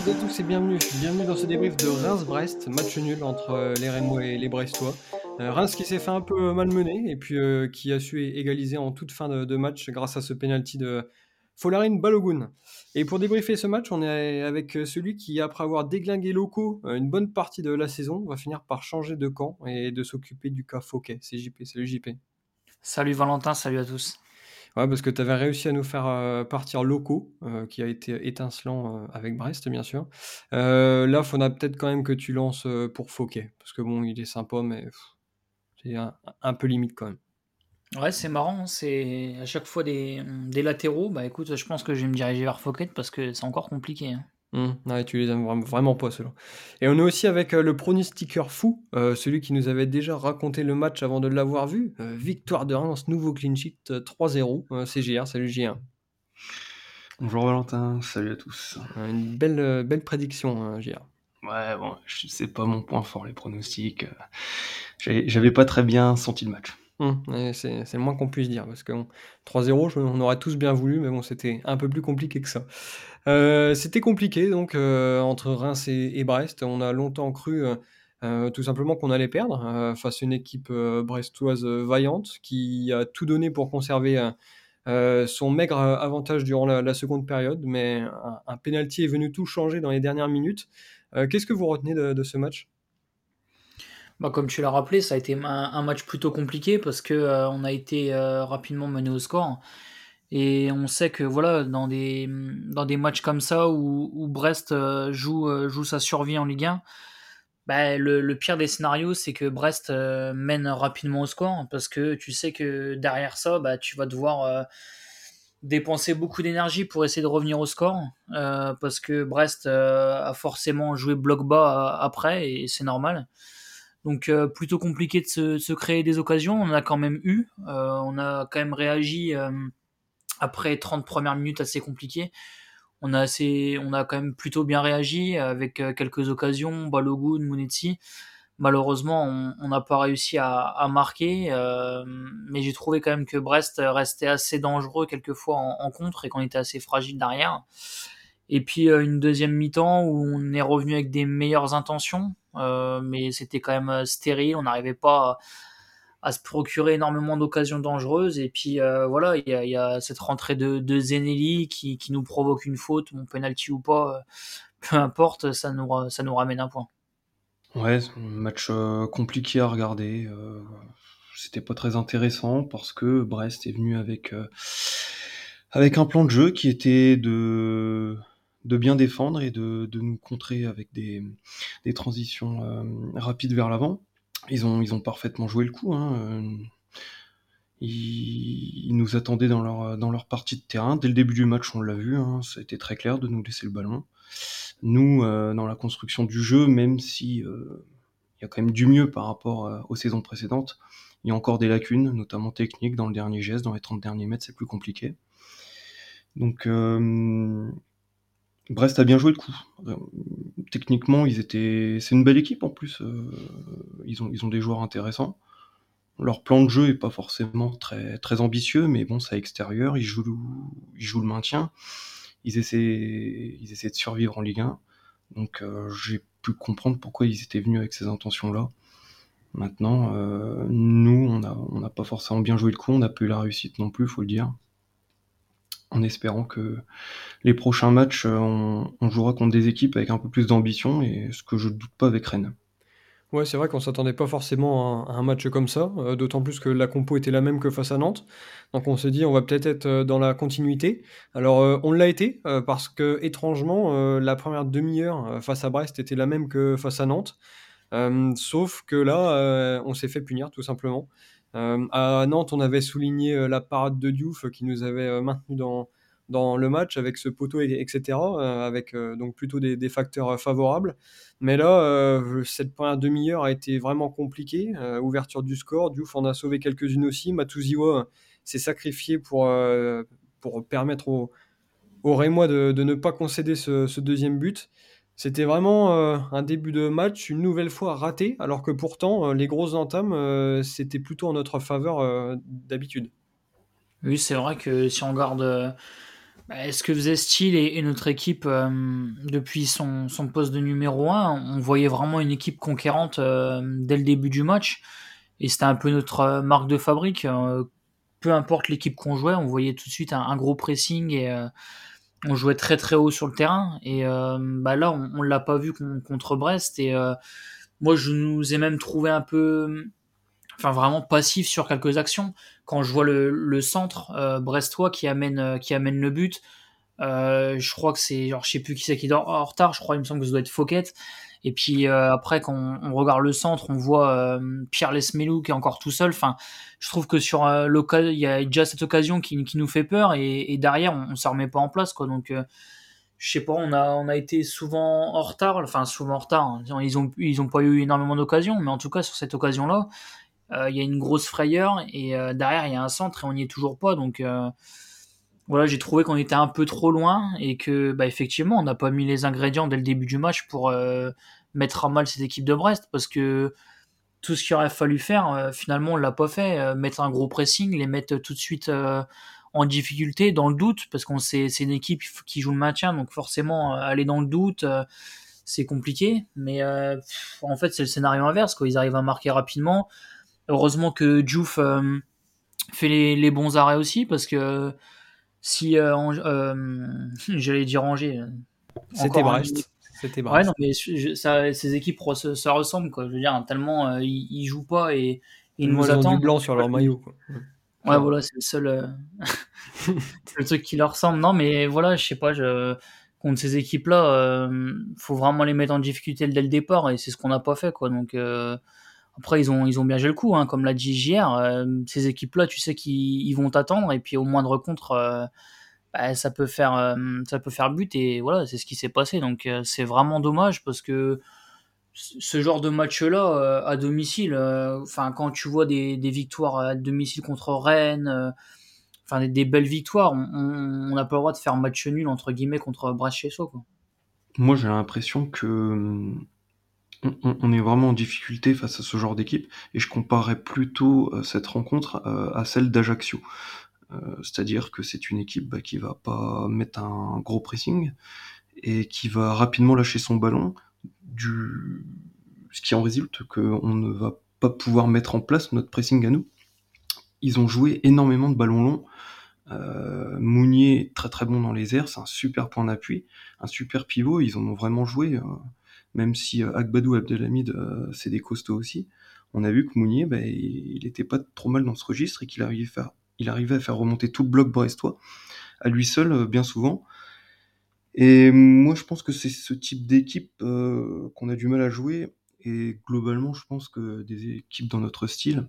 toutes et tous et bienvenue. Bienvenue dans ce débrief de Reims-Brest, match nul entre les Rémois et les Brestois. Reims qui s'est fait un peu malmener et puis qui a su égaliser en toute fin de match grâce à ce penalty de Folarin Balogun. Et pour débriefer ce match, on est avec celui qui, après avoir déglingué locaux une bonne partie de la saison, va finir par changer de camp et de s'occuper du cas Fouquet. C'est JP, salut JP. Salut Valentin, salut à tous. Ouais, parce que tu avais réussi à nous faire partir locaux, qui a été étincelant avec Brest, bien sûr. Là, il faudra peut-être quand même que tu lances pour Fouquet, parce que bon, il est sympa, mais c'est un peu limite quand même. Ouais, c'est marrant, c'est à chaque fois des latéraux. Bah écoute, je pense que je vais me diriger vers Fouquet parce que c'est encore compliqué, hein. Ouais, tu les aimes vraiment pas, ceux-là. Et on est aussi avec le pronostiqueur fou, celui qui nous avait déjà raconté le match avant de l'avoir vu. Victoire de Reims, nouveau clean sheet, 3-0. C'est JR, salut JR. Bonjour Valentin, salut à tous. Une belle prédiction, JR. Ouais, bon, c'est pas mon point fort, les pronostics. J'avais pas très bien senti le match. Ouais, c'est le moins qu'on puisse dire, parce que bon, 3-0, on aurait tous bien voulu, mais bon, c'était un peu plus compliqué que ça. C'était compliqué, donc, entre Reims et Brest. On a longtemps cru, tout simplement qu'on allait perdre, face à une équipe brestoise vaillante, qui a tout donné pour conserver son maigre avantage durant la seconde période, mais un penalty est venu tout changer dans les dernières minutes. Qu'est-ce que vous retenez de ce match? Bah, comme tu l'as rappelé, ça a été un match plutôt compliqué parce que on a été rapidement mené au score. Et on sait que voilà, dans des matchs comme ça où Brest joue sa survie en Ligue 1, bah, le pire des scénarios, c'est que Brest mène rapidement au score parce que tu sais que derrière ça, bah, tu vas devoir dépenser beaucoup d'énergie pour essayer de revenir au score parce que Brest a forcément joué bloc bas après et c'est normal. Donc plutôt compliqué de se créer des occasions. On en a quand même eu. On a quand même réagi après 30 premières minutes assez compliquées. On a quand même plutôt bien réagi avec quelques occasions, Balogun, Munetsi. Malheureusement, on n'a pas réussi à marquer, mais j'ai trouvé quand même que Brest restait assez dangereux quelquefois en contre et qu'on était assez fragile derrière. Et puis une deuxième mi-temps où on est revenu avec des meilleures intentions, mais c'était quand même stérile. On n'arrivait pas à se procurer énormément d'occasions dangereuses. Et puis voilà, il y a cette rentrée de Zenelli qui nous provoque une faute, mon penalty ou pas, peu importe, ça nous ramène un point. Ouais, c'est un match compliqué à regarder. C'était pas très intéressant parce que Brest est venu avec un plan de jeu qui était de bien défendre et de nous contrer avec des transitions rapides vers l'avant. Ils ont parfaitement joué le coup, hein. Ils nous attendaient dans leur partie de terrain. Dès le début du match, on l'a vu, hein, ça a été très clair de nous laisser le ballon. Nous, dans la construction du jeu, même si il y a quand même du mieux par rapport aux saisons précédentes, il y a encore des lacunes, notamment techniques, dans le dernier geste, dans les 30 derniers mètres, c'est plus compliqué. Donc Brest a bien joué le coup. Techniquement, c'est une belle équipe en plus. Ils ont des joueurs intéressants. Leur plan de jeu est pas forcément très, très ambitieux, mais bon, c'est à extérieur, ils jouent le maintien, ils essaient de survivre en Ligue 1. Donc j'ai pu comprendre pourquoi ils étaient venus avec ces intentions-là. Maintenant, nous, on n'a pas forcément bien joué le coup, on n'a pas eu la réussite non plus, faut le dire. En espérant que les prochains matchs, on jouera contre des équipes avec un peu plus d'ambition, et ce que je ne doute pas avec Rennes. Ouais, c'est vrai qu'on s'attendait pas forcément à un match comme ça, d'autant plus que la compo était la même que face à Nantes. Donc on s'est dit: «On va peut-être être, dans la continuité». Alors, on l'a été, parce qu'étrangement, la première demi-heure, face à Brest était la même que face à Nantes. Sauf que là, on s'est fait punir tout simplement. À Nantes, on avait souligné, la parade de Diouf qui nous avait, maintenus dans le match avec ce poteau et cetera, avec, donc plutôt des facteurs, favorables. Mais là, cette première demi-heure a été vraiment compliquée, ouverture du score, Diouf en a sauvé quelques-unes aussi. Matuziwa s'est sacrifié pour permettre aux Rémois de ne pas concéder ce 2e but. C'était vraiment, un début de match une nouvelle fois raté, alors que pourtant, les grosses entames, c'était plutôt en notre faveur, d'habitude. Oui, c'est vrai que si on regarde Ce que faisait Steele et notre équipe depuis son poste de numéro un, on voyait vraiment une équipe conquérante dès le début du match. Et c'était un peu notre marque de fabrique. Peu importe l'équipe qu'on jouait, on voyait tout de suite un gros pressing et on jouait très très haut sur le terrain. Et là, on l'a pas vu contre Brest. Et moi, je nous ai même trouvé un peu, enfin vraiment passif sur quelques actions. Quand je vois le centre brestois qui amène le but, je crois que c'est, genre, je sais plus qui c'est qui est en retard. Je crois, il me semble que ça doit être Fouquet. Et puis après, quand on regarde le centre, on voit Pierre Lesmelou qui est encore tout seul. Enfin, je trouve que sur l'occasion, il y a déjà cette occasion qui nous fait peur et derrière, on se remet pas en place, quoi. Donc, je sais pas, on a été souvent en retard. Enfin, souvent en retard, hein. Ils ont pas eu énormément d'occasions, mais en tout cas sur cette occasion-là, il y a une grosse frayeur et derrière il y a un centre et on n'y est toujours pas. Donc voilà, j'ai trouvé qu'on était un peu trop loin et que effectivement on n'a pas mis les ingrédients dès le début du match pour mettre à mal cette équipe de Brest, parce que tout ce qu'il aurait fallu faire, finalement on l'a pas fait. Mettre un gros pressing, les mettre tout de suite en difficulté, dans le doute, parce qu'on sait c'est une équipe qui joue le maintien, donc forcément aller dans le doute, c'est compliqué. Mais en fait c'est le scénario inverse, quoi. Ils arrivent à marquer rapidement. Heureusement que Diouf fait les bons arrêts aussi, parce que si j'allais dire Angers, C'était encore un. Brest. C'était Ouais, non, Brest. mais ces équipes ça ressemble, quoi. Je veux dire, tellement ils jouent pas et ils Tellement nous elles ont du attendent. blanc sur Moi, leur maillot, quoi. ouais, Clairement. voilà, c'est le truc qui leur ressemble. Non, mais voilà, je sais pas, contre ces équipes-là, faut vraiment les mettre en difficulté dès le départ, et c'est ce qu'on n'a pas fait, quoi. Donc après, ils ont bien joué le coup, hein, comme l'a dit JR. Ces équipes-là, tu sais qu'ils vont t'attendre, et puis au moindre contre, ça peut faire but, et voilà, c'est ce qui s'est passé. Donc c'est vraiment dommage, parce que ce genre de match-là à domicile, enfin quand tu vois des victoires à domicile contre Rennes, enfin des belles victoires, on n'a pas le droit de faire match nul entre guillemets contre Brest chez soi, quoi. Moi, j'ai l'impression que on est vraiment en difficulté face à ce genre d'équipe, et je comparerais plutôt cette rencontre à celle d'Ajaccio. C'est-à-dire que c'est une équipe qui va pas mettre un gros pressing et qui va rapidement lâcher son ballon, ce qui en résulte qu'on ne va pas pouvoir mettre en place notre pressing à nous. Ils ont joué énormément de ballons longs. Mounier est très très bon dans les airs, c'est un super point d'appui, un super pivot, ils en ont vraiment joué, même si Agbadou Abdelhamid, c'est des costauds aussi. On a vu que Mounier, il était pas trop mal dans ce registre, et il arrivait à faire remonter tout le bloc brestois, à lui seul, bien souvent. Et moi, je pense que c'est ce type d'équipe qu'on a du mal à jouer, et globalement, je pense que des équipes dans notre style,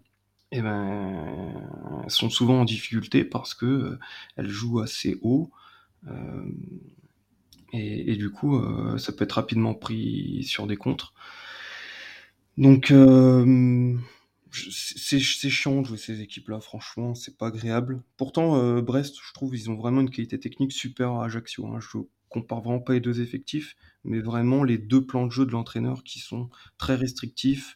sont souvent en difficulté parce que elles jouent assez haut, euh, et du coup, ça peut être rapidement pris sur des contres. Donc, c'est chiant de jouer ces équipes-là, franchement, c'est pas agréable. Pourtant, Brest, je trouve, ils ont vraiment une qualité technique super à Ajaccio, hein. Je compare vraiment pas les deux effectifs, mais vraiment les deux plans de jeu de l'entraîneur qui sont très restrictifs,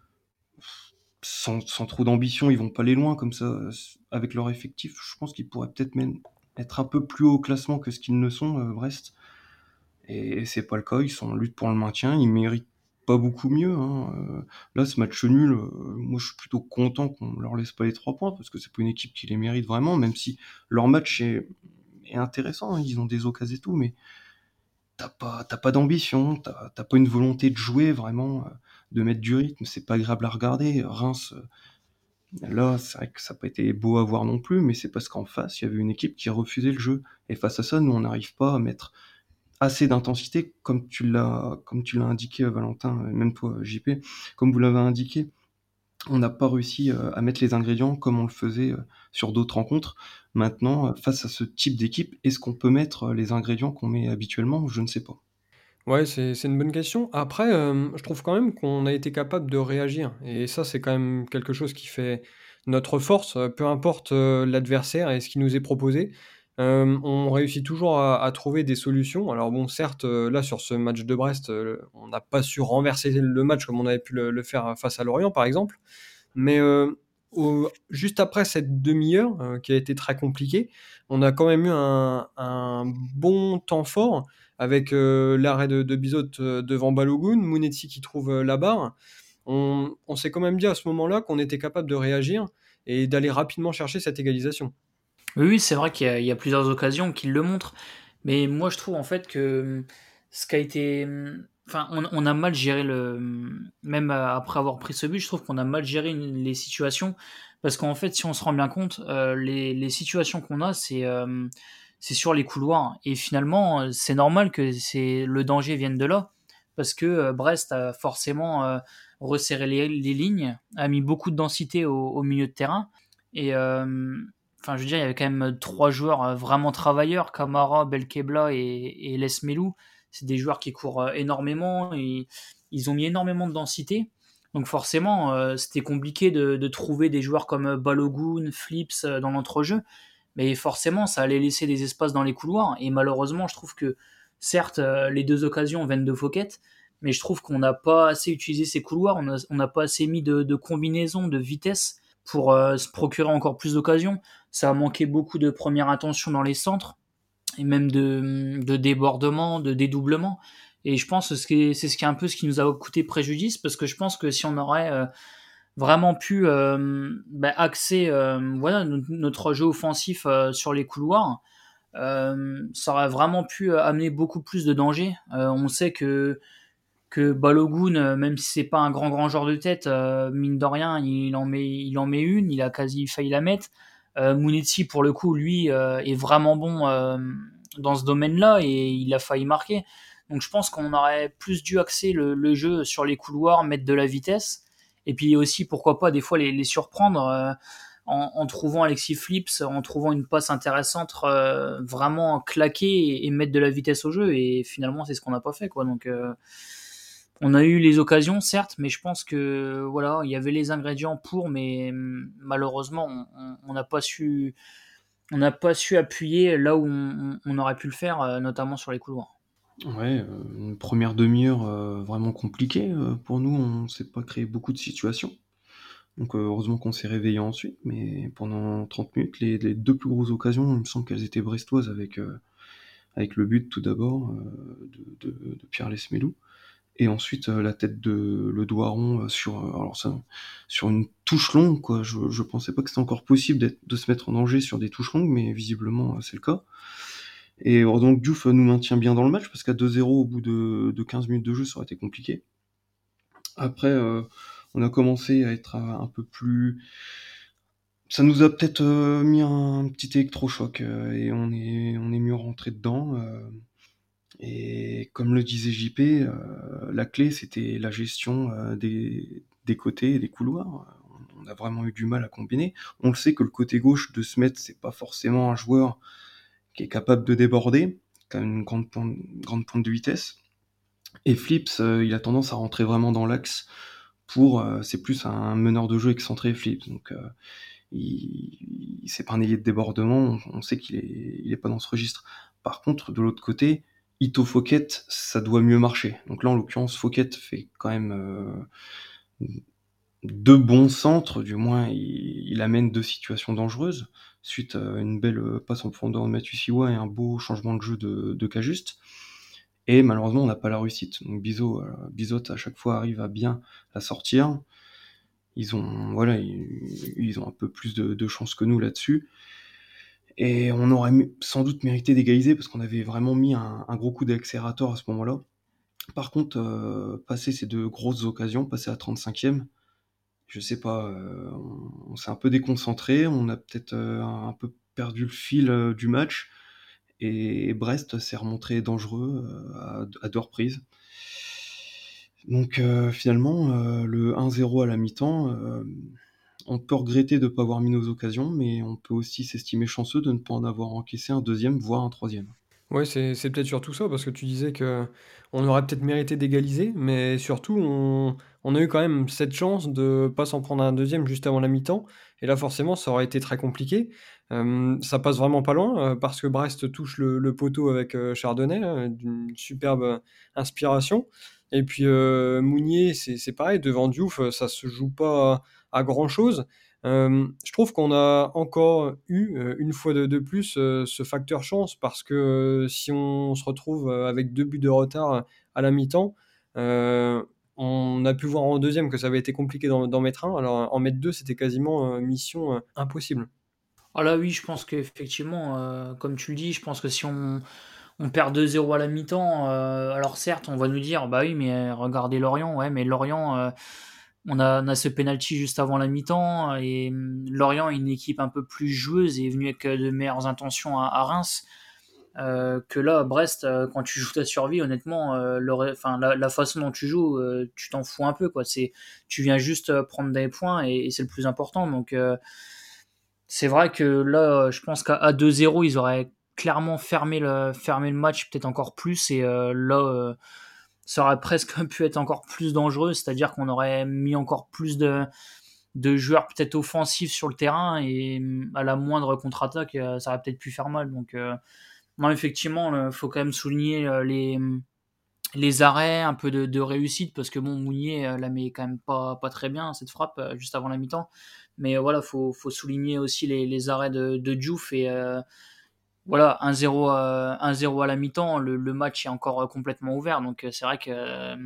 sans trop d'ambition, ils vont pas aller loin comme ça. Avec leur effectif, je pense qu'ils pourraient peut-être même être un peu plus haut au classement que ce qu'ils ne sont, Brest. Et c'est pas le cas, ils sont en lutte pour le maintien, ils méritent pas beaucoup mieux, hein. Là, ce match nul, moi je suis plutôt content qu'on leur laisse pas les 3 points, parce que c'est pas une équipe qui les mérite vraiment, même si leur match est intéressant, hein. Ils ont des occasions et tout, mais t'as pas d'ambition, t'as pas une volonté de jouer vraiment, de mettre du rythme, c'est pas agréable à regarder. Reims, là, c'est vrai que ça n'a pas été beau à voir non plus, mais c'est parce qu'en face, il y avait une équipe qui refusait le jeu. Et face à ça, nous, on n'arrive pas à mettre assez d'intensité, comme tu l'as indiqué, Valentin, et même toi, JP, comme vous l'avez indiqué. On n'a pas réussi à mettre les ingrédients comme on le faisait sur d'autres rencontres. Maintenant, face à ce type d'équipe, est-ce qu'on peut mettre les ingrédients qu'on met habituellement? Je ne sais pas. Ouais, c'est une bonne question. Après, je trouve quand même qu'on a été capable de réagir, et ça, c'est quand même quelque chose qui fait notre force, peu importe, l'adversaire et ce qui nous est proposé. On réussit toujours à trouver des solutions. Alors bon, certes, là, sur ce match de Brest, on n'a pas su renverser le match comme on avait pu le faire face à Lorient, par exemple. Mais, juste après cette demi-heure qui a été très compliquée, on a quand même eu un bon temps fort avec l'arrêt de Bizot devant Balogun, Mounetzi qui trouve la barre. On s'est quand même dit à ce moment-là qu'on était capable de réagir et d'aller rapidement chercher cette égalisation. Oui, c'est vrai qu'il y a plusieurs occasions qui le montrent, mais moi je trouve en fait que ce qui a été, enfin, on a mal géré même après avoir pris ce but, je trouve qu'on a mal géré les situations, parce qu'en fait, si on se rend bien compte, les situations qu'on a, c'est sur les couloirs, et finalement, c'est normal que le danger vienne de là, parce que Brest a forcément resserré les lignes, a mis beaucoup de densité au milieu de terrain, et enfin, je veux dire, il y avait quand même trois joueurs vraiment travailleurs, Camara, Belkebla et Les Melou. C'est des joueurs qui courent énormément et ils ont mis énormément de densité. Donc forcément, c'était compliqué de trouver des joueurs comme Balogun, Flips dans l'entrejeu. Mais forcément, ça allait laisser des espaces dans les couloirs. Et malheureusement, je trouve que, certes, les deux occasions viennent de Fouquet, mais je trouve qu'on n'a pas assez utilisé ces couloirs, on n'a pas assez mis de combinaisons, de vitesse pour se procurer encore plus d'occasions. Ça a manqué beaucoup de première intention dans les centres, et même de débordement, de dédoublement. Et je pense que c'est ce qui est un peu ce qui nous a coûté préjudice, parce que je pense que si on aurait vraiment pu axer voilà, notre jeu offensif sur les couloirs, ça aurait vraiment pu amener beaucoup plus de danger. On sait que Balogun, même si c'est pas un grand joueur de tête, mine de rien, il en met une, il a quasi failli la mettre. Mounetzi, pour le coup, lui, est vraiment bon dans ce domaine-là et il a failli marquer. Donc je pense qu'on aurait plus dû axer le jeu sur les couloirs, mettre de la vitesse, et puis aussi, pourquoi pas, des fois les surprendre en trouvant Alexis Flips, en trouvant une passe intéressante, vraiment claquer et mettre de la vitesse au jeu. Et finalement, c'est ce qu'on n'a pas fait, quoi. Donc on a eu les occasions, certes, mais je pense que voilà, il y avait les ingrédients pour, mais malheureusement, on n'a pas su appuyer là où on aurait pu le faire, notamment sur les couloirs. Ouais, une première demi-heure vraiment compliquée pour nous. On s'est pas créé beaucoup de situations. Donc heureusement qu'on s'est réveillé ensuite. Mais pendant 30 minutes, les deux plus grosses occasions, il me semble qu'elles étaient brestoises avec le but tout d'abord de Pierre Lesmelou. Et ensuite la tête de Le Doiron alors ça, sur une touche longue, quoi. Je pensais pas que c'était encore possible de se mettre en danger sur des touches longues, mais visiblement c'est le cas. Et donc Diouf nous maintient bien dans le match, parce qu'à 2-0 au bout de 15 minutes de jeu, ça aurait été compliqué. Après, on a commencé à être un peu plus... Ça nous a peut-être mis un petit électrochoc, et on est mieux rentré dedans. Et comme le disait JP, la clé, c'était la gestion des côtés et des couloirs. On a vraiment eu du mal à combiner. On le sait que le côté gauche de Smet, c'est pas forcément un joueur qui est capable de déborder, qui a une grande pointe de vitesse. Et Flips, il a tendance à rentrer vraiment dans l'axe c'est plus un meneur de jeu excentré, Flips. Donc, c'est pas un ailier de débordement. On sait il est pas dans ce registre. Par contre, de l'autre côté, Ito Fouquet, ça doit mieux marcher. Donc là, en l'occurrence, Fouquet fait quand même deux bons centres, du moins il amène deux situations dangereuses, suite à une belle passe en profondeur de Mathieu Siwa et un beau changement de jeu de Cajuste. Et malheureusement, on n'a pas la réussite. Donc Bizot à chaque fois arrive à bien la sortir. Ils ont un peu plus de chance que nous là-dessus. Et on aurait sans doute mérité d'égaliser, parce qu'on avait vraiment mis un gros coup d'accélérateur à ce moment-là. Par contre, passer ces deux grosses occasions, passer à 35e, je sais pas, on s'est un peu déconcentré, on a peut-être un peu perdu le fil du match, et Brest s'est remontré dangereux à deux reprises. Donc finalement, le 1-0 à la mi-temps, on peut regretter de ne pas avoir mis nos occasions, mais on peut aussi s'estimer chanceux de ne pas en avoir encaissé un deuxième, voire un troisième. Ouais, c'est peut-être surtout ça, parce que tu disais que on aurait peut-être mérité d'égaliser, mais surtout on a eu quand même cette chance de pas s'en prendre un deuxième juste avant la mi-temps, et là forcément ça aurait été très compliqué. Ça passe vraiment pas loin, parce que Brest touche le poteau avec Chardonnay, d'une superbe inspiration. Et puis Mounier, c'est pareil, devant Diouf, ça se joue pas à grand-chose. Je trouve qu'on a encore eu, une fois de plus, ce facteur chance parce que, si on se retrouve, avec 2 buts de retard à la mi-temps, heu, on a pu voir en deuxième que ça avait été compliqué d'en mettre un. Alors en mettre 2, c'était quasiment, mission, impossible. Ah là oui, je pense qu'effectivement, comme tu le dis, je pense que si on perd 2-0 à la mi-temps, alors certes, on va nous dire: «Bah oui, mais regardez Lorient». Ouais, mais Lorient, on a ce penalty juste avant la mi-temps et Lorient est une équipe un peu plus joueuse et est venue avec, de meilleures intentions à Reims, que là, à Brest, quand tu joues ta survie, honnêtement, enfin, la façon dont tu joues, tu t'en fous un peu, quoi. Tu viens juste prendre des points et c'est le plus important. Donc, c'est vrai que là, je pense qu'à 2-0, ils auraient clairement fermé le match, peut-être encore plus. Et là, ça aurait presque pu être encore plus dangereux, c'est-à-dire qu'on aurait mis encore plus de joueurs peut-être offensifs sur le terrain et à la moindre contre-attaque, ça aurait peut-être pu faire mal. Donc, non, effectivement, il faut quand même souligner les arrêts, un peu de réussite, parce que bon, Mounier la met quand même pas très bien, cette frappe, juste avant la mi-temps. Mais voilà, faut souligner aussi les arrêts de Diouf. Et voilà, 1-0, 1-0 à la mi-temps, le match est encore complètement ouvert. Donc c'est vrai que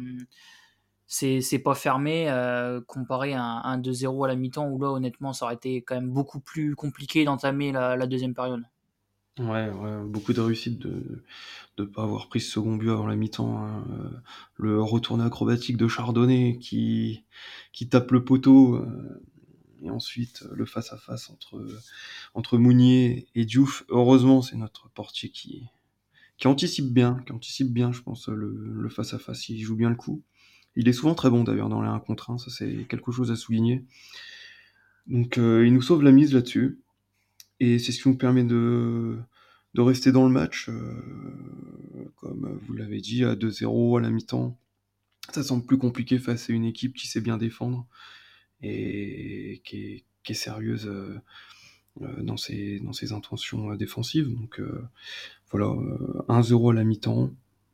c'est pas fermé, comparé à un 2-0 à la mi-temps, où là, honnêtement, ça aurait été quand même beaucoup plus compliqué d'entamer la deuxième période. Ouais, ouais, beaucoup de réussite de pas avoir pris ce second but avant la mi-temps, hein. Le retourné acrobatique de Chardonnay qui tape le poteau, et ensuite le face-à-face entre Mounier et Diouf. Heureusement, c'est notre portier qui anticipe bien, je pense, le face-à-face. Il joue bien le coup. Il est souvent très bon d'ailleurs dans les 1 contre 1, ça c'est quelque chose à souligner. Donc il nous sauve la mise là-dessus. Et c'est ce qui nous permet de rester dans le match, comme vous l'avez dit, à 2-0 à la mi-temps. Ça semble plus compliqué face à une équipe qui sait bien défendre et qui est sérieuse dans ses intentions défensives. Donc voilà, 1-0 à la mi-temps,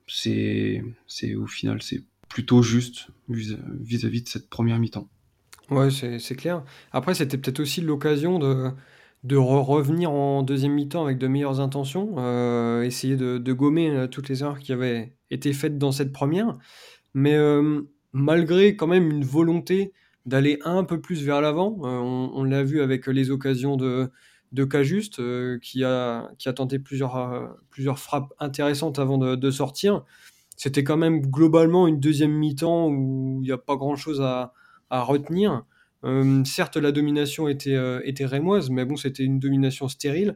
au final, c'est plutôt juste vis-à-vis de cette première mi-temps. Ouais, c'est clair. Après, c'était peut-être aussi l'occasion de revenir en deuxième mi-temps avec de meilleures intentions, essayer de gommer toutes les erreurs qui avaient été faites dans cette première. Mais malgré quand même une volonté d'aller un peu plus vers l'avant, on l'a vu avec les occasions de Cajuste, qui a tenté plusieurs frappes intéressantes avant de sortir. C'était quand même globalement une deuxième mi-temps où il n'y a pas grand-chose à retenir. Certes, la domination était rémoise, mais bon, c'était une domination stérile.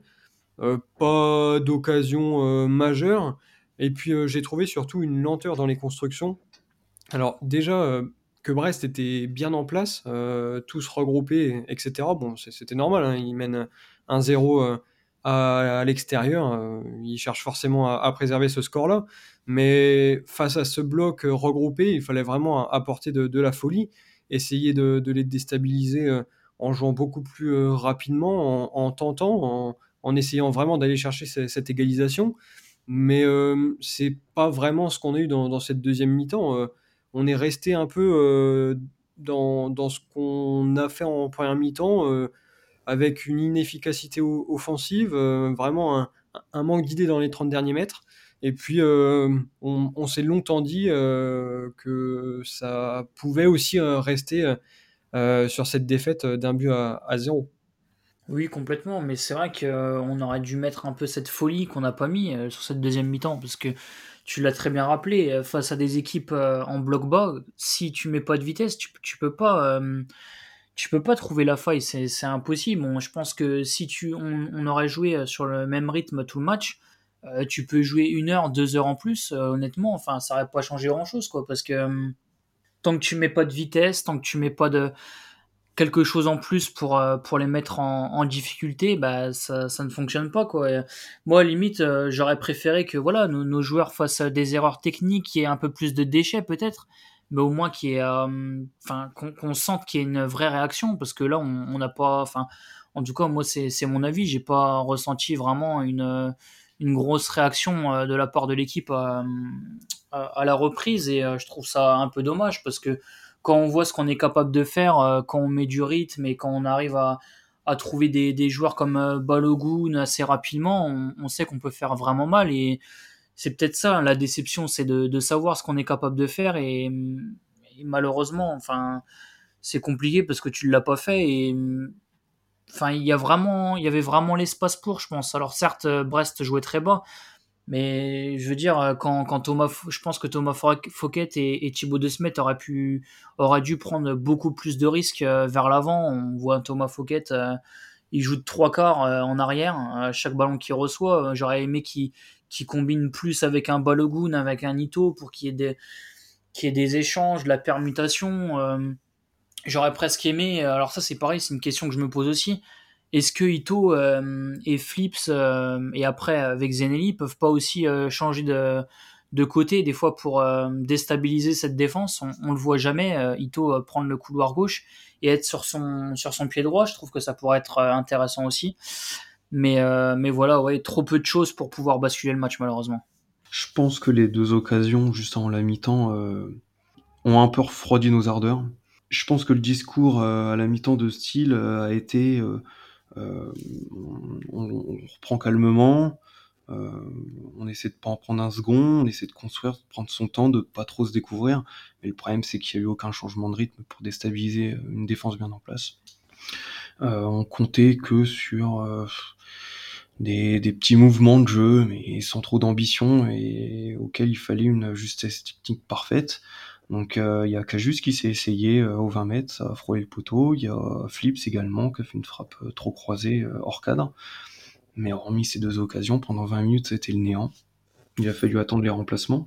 Pas d'occasion majeure. Et puis, j'ai trouvé surtout une lenteur dans les constructions. Alors déjà, que Brest était bien en place, tous regroupés et cetera. Bon, c'était normal, hein, ils mènent 1-0, à l'extérieur, ils cherchent forcément à préserver ce score-là. Mais face à ce bloc, regroupé, il fallait vraiment apporter de la folie, essayer de les déstabiliser, en jouant beaucoup plus, rapidement, en tentant, en essayant vraiment d'aller chercher cette égalisation. Mais, c'est pas vraiment ce qu'on a eu dans cette deuxième mi-temps. On est resté un peu, dans ce qu'on a fait en première mi-temps, avec une inefficacité offensive, vraiment un manque d'idées dans les 30 derniers mètres. Et puis, on s'est longtemps dit, que ça pouvait aussi, rester, sur cette défaite, d'un but à 0. Oui, complètement, mais c'est vrai qu'on aurait dû mettre un peu cette folie qu'on n'a pas mis sur cette deuxième mi-temps, parce que tu l'as très bien rappelé, face à des équipes en bloc bas, si tu mets pas de vitesse, tu peux pas trouver la faille, c'est impossible. Je pense que si on aurait joué sur le même rythme tout le match, tu peux jouer 1 heure, 2 heures en plus, honnêtement, enfin, ça aurait pas changé grand-chose, quoi, parce que tant que tu mets pas de vitesse, tant que tu mets pas de quelque chose en plus pour les mettre en difficulté, bah ça ne fonctionne pas, quoi. Et moi, limite, j'aurais préféré que voilà, nos joueurs fassent des erreurs techniques, qu'il y ait un peu plus de déchets peut-être, mais au moins qu'il y ait, enfin, qu'on sente qu'il y ait une vraie réaction, parce que là, on n'a pas, enfin, en tout cas, moi, c'est mon avis, j'ai pas ressenti vraiment une grosse réaction de la part de l'équipe à la reprise, et je trouve ça un peu dommage parce que quand on voit ce qu'on est capable de faire, quand on met du rythme et quand on arrive à trouver des joueurs comme Balogun assez rapidement, on sait qu'on peut faire vraiment mal, et c'est peut-être ça la déception, c'est de savoir ce qu'on est capable de faire, et malheureusement, enfin, c'est compliqué parce que tu l'as pas fait, et enfin, il y avait vraiment l'espace pour, je pense. Alors certes, Brest jouait très bas, mais je veux dire, quand je pense que Thomas Fouquet et Thibaut De Smet auraient dû prendre beaucoup plus de risques vers l'avant. On voit Thomas Fouquet, il joue de trois quarts en arrière, chaque ballon qu'il reçoit. J'aurais aimé qu'il combine plus avec un Balogun, avec un Ito, pour qu'il y ait des échanges, de la permutation. J'aurais presque aimé. Alors ça, c'est pareil, c'est une question que je me pose aussi. Est-ce que Ito et Flips et après avec Zenelli peuvent pas aussi changer de côté des fois pour déstabiliser cette défense? On le voit jamais, Ito prendre le couloir gauche et être sur son pied droit. Je trouve que ça pourrait être intéressant aussi. Mais voilà, ouais, trop peu de choses pour pouvoir basculer le match malheureusement. Je pense que les 2 occasions, juste avant la mi-temps, ont un peu refroidi nos ardeurs. Je pense que le discours, à la mi-temps de Steele, a été, on reprend calmement, heu, on essaie de pas en prendre un second, on essaie de construire, de prendre son temps, de pas trop se découvrir. Mais le problème, c'est qu'il y a eu aucun changement de rythme pour déstabiliser, une défense bien en place. On comptait que sur, des petits mouvements de jeu, mais sans trop d'ambition et auxquels il fallait une justesse technique parfaite. Donc il y a Kajus qui s'est essayé aux 20 mètres, ça a frôlé le poteau. Il y a Flips également qui a fait une frappe trop croisée hors cadre. Mais hormis ces 2 occasions, pendant 20 minutes, c'était le néant. Il a fallu attendre les remplacements.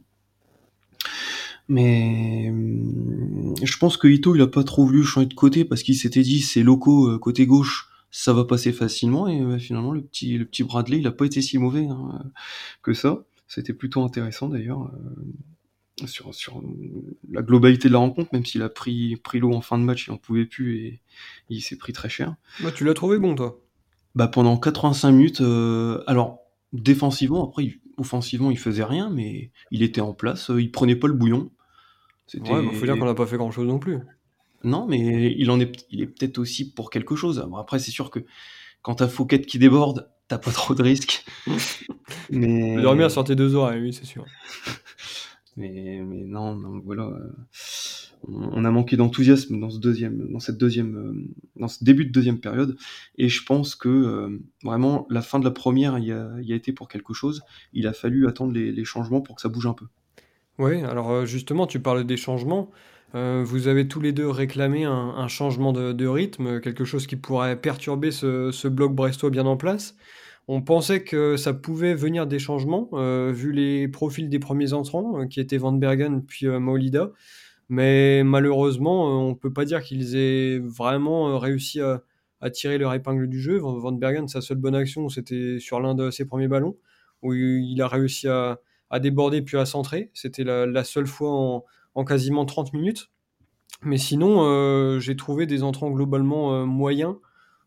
Mais je pense que Ito, il a pas trop voulu changer de côté parce qu'il s'était dit c'est locaux côté gauche, ça va passer facilement. Et finalement, le petit Bradley, il a pas été si mauvais que ça. C'était plutôt intéressant d'ailleurs sur la globalité de la rencontre, même s'il a pris l'eau en fin de match, il en pouvait plus et il s'est pris très cher. Moi, tu l'as trouvé bon, toi? Bah, pendant 85 minutes, alors défensivement, après offensivement, il faisait rien, mais il était en place, il prenait pas le bouillon. Ouais, bah, faut dire qu'on C'était n'a pas fait grand-chose non plus. Non, mais il est peut-être aussi pour quelque chose. Bon, après, c'est sûr que quand t'as Fouquet qui déborde, t'as pas trop de risques. J'aurais bien Mais, sorti 2 oreilles, oui, c'est sûr. mais non, donc voilà. On a manqué d'enthousiasme dans ce début de deuxième période. Et je pense que vraiment, la fin de la première, il y a été pour quelque chose. Il a fallu attendre les changements pour que ça bouge un peu. Oui, alors justement, tu parlais des changements. Vous avez tous les deux réclamé un changement de rythme, quelque chose qui pourrait perturber ce bloc brestois bien en place. On pensait que ça pouvait venir des changements, vu les profils des premiers entrants, qui étaient Van Bergen puis Maolida. Mais malheureusement, on ne peut pas dire qu'ils aient vraiment réussi à tirer leur épingle du jeu. Van Bergen, sa seule bonne action, c'était sur l'un de ses premiers ballons, où il a réussi à déborder puis à centrer. C'était la seule fois en quasiment 30 minutes. Mais sinon, j'ai trouvé des entrants globalement moyens.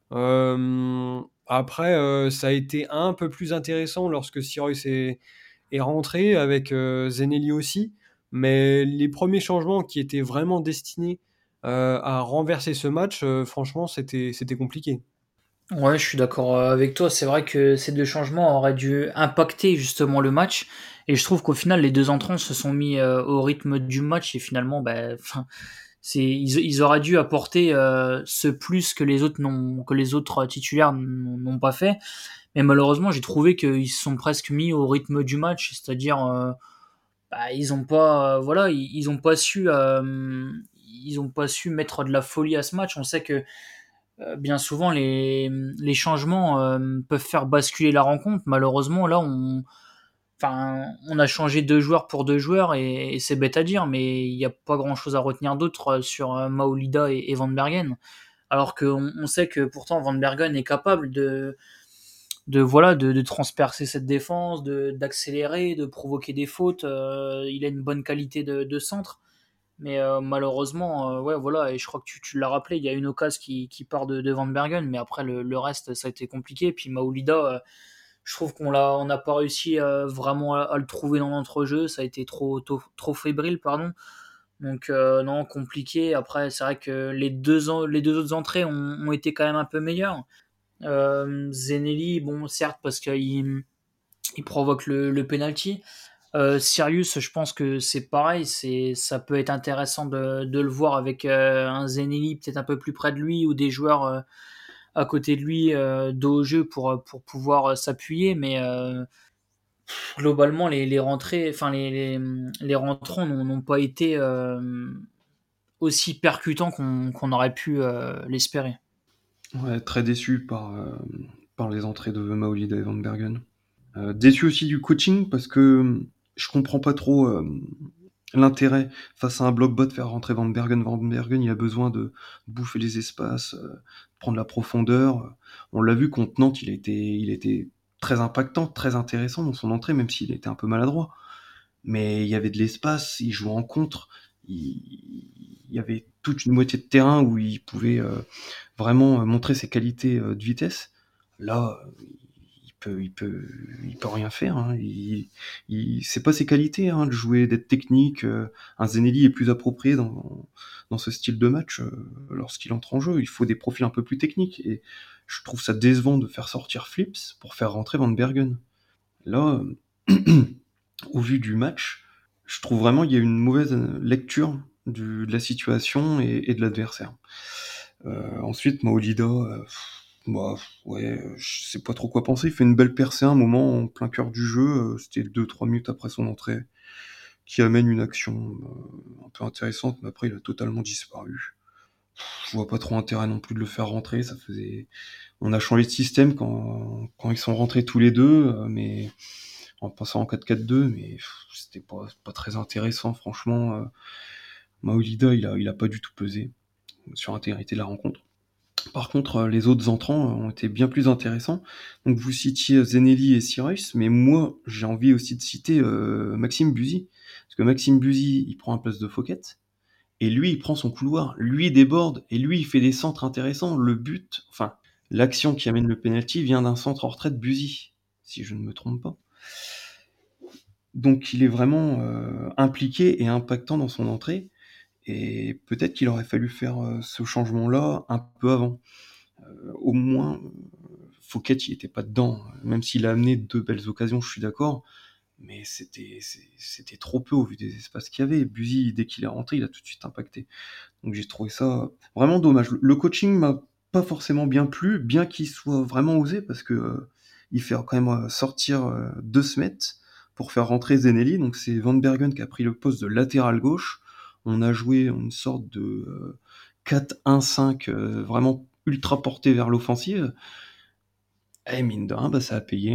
Après, ça a été un peu plus intéressant lorsque Sirois est rentré, avec Zenelli aussi. Mais les premiers changements qui étaient vraiment destinés à renverser ce match, franchement, c'était compliqué. Ouais, je suis d'accord avec toi. C'est vrai que ces deux changements auraient dû impacter justement le match. Et je trouve qu'au final, les deux entrants se sont mis au rythme du match. Et finalement, ben, enfin, ils auraient dû apporter ce plus que les autres titulaires n'ont pas fait. Mais malheureusement, j'ai trouvé qu'ils se sont presque mis au rythme du match. C'est-à-dire, bah, ils ont pas, voilà, ils ont pas su mettre de la folie à ce match. On sait que bien souvent les changements peuvent faire basculer la rencontre. Malheureusement, là, on a changé deux joueurs pour deux joueurs, et c'est bête à dire, mais il n'y a pas grand-chose à retenir d'autre sur Maolida et Van Bergen. Alors qu'on on sait que pourtant Van Bergen est capable voilà, de transpercer cette défense, d'accélérer, de provoquer des fautes. Il a une bonne qualité de centre. Mais malheureusement, ouais, voilà, et je crois que tu l'as rappelé, il y a une occasion qui part de Van Bergen, mais après le reste, ça a été compliqué. Puis Maolida, Je trouve on n'a pas réussi vraiment à le trouver dans l'entrejeu. Ça a été trop fébrile, pardon. Donc non, compliqué. Après, c'est vrai que les deux autres entrées ont été quand même un peu meilleures. Zenelli, bon, certes, parce qu'il provoque le penalty. Sirius, je pense que c'est pareil. Ça peut être intéressant de le voir avec un Zenelli peut-être un peu plus près de lui ou des joueurs à côté de lui dos au jeu pour pouvoir s'appuyer. Mais globalement, les rentrées, enfin les rentrants n'ont pas été aussi percutants qu'on aurait pu l'espérer. Ouais, très déçu par les entrées de Maolida et Van Bergen. Déçu aussi du coaching parce que je comprends pas trop l'intérêt face à un bloc bas de faire rentrer Van Bergen. Van Bergen, il a besoin de bouffer les espaces, prendre la profondeur. On l'a vu contre Nantes, il était très impactant, très intéressant dans son entrée, même s'il était un peu maladroit. Mais il y avait de l'espace, il jouait en contre, il y avait toute une moitié de terrain où il pouvait vraiment montrer ses qualités de vitesse. Là, il peut rien faire. Hein. C'est pas ses qualités de jouer, d'être technique. Un Zenelli est plus approprié dans ce style de match lorsqu'il entre en jeu. Il faut des profils un peu plus techniques. Et je trouve ça décevant de faire sortir Flips pour faire rentrer Van Bergen. Là, au vu du match, je trouve vraiment qu'il y a une mauvaise lecture de la situation et de l'adversaire. Ensuite, Maolida, bah, ouais, je sais pas trop quoi penser. Il fait une belle percée à un moment en plein cœur du jeu. C'était 2-3 minutes après son entrée, qui amène une action un peu intéressante, mais après il a totalement disparu. Je vois pas trop intérêt non plus de le faire rentrer. On a changé de système quand ils sont rentrés tous les deux, mais en passant en 4-4-2, mais c'était pas très intéressant, franchement. Maolida, il a pas du tout pesé sur l'intégrité de la rencontre. Par contre, les autres entrants ont été bien plus intéressants. Donc vous citiez Zenelli et Cyrus, mais moi j'ai envie aussi de citer Maxime Buzy. Parce que Maxime Buzy, il prend un place de Fouquet, et lui il prend son couloir, lui il déborde, et lui il fait des centres intéressants. L'action qui amène le penalty vient d'un centre en retrait de Buzy, si je ne me trompe pas. Donc il est vraiment impliqué et impactant dans son entrée, et peut-être qu'il aurait fallu faire ce changement-là un peu avant. Au moins, Fouquet, il était pas dedans. Même s'il a amené deux belles occasions, je suis d'accord, mais c'était trop peu au vu des espaces qu'il y avait. Buzy, dès qu'il est rentré, il a tout de suite impacté. Donc j'ai trouvé ça vraiment dommage. Le coaching m'a pas forcément bien plu, bien qu'il soit vraiment osé, parce que il fait quand même sortir De Smet pour faire rentrer Zenelli. Donc c'est Van Bergen qui a pris le poste de latéral gauche. On a joué une sorte de 4-1-5 vraiment ultra porté vers l'offensive. Et mine de rien, bah, ça a payé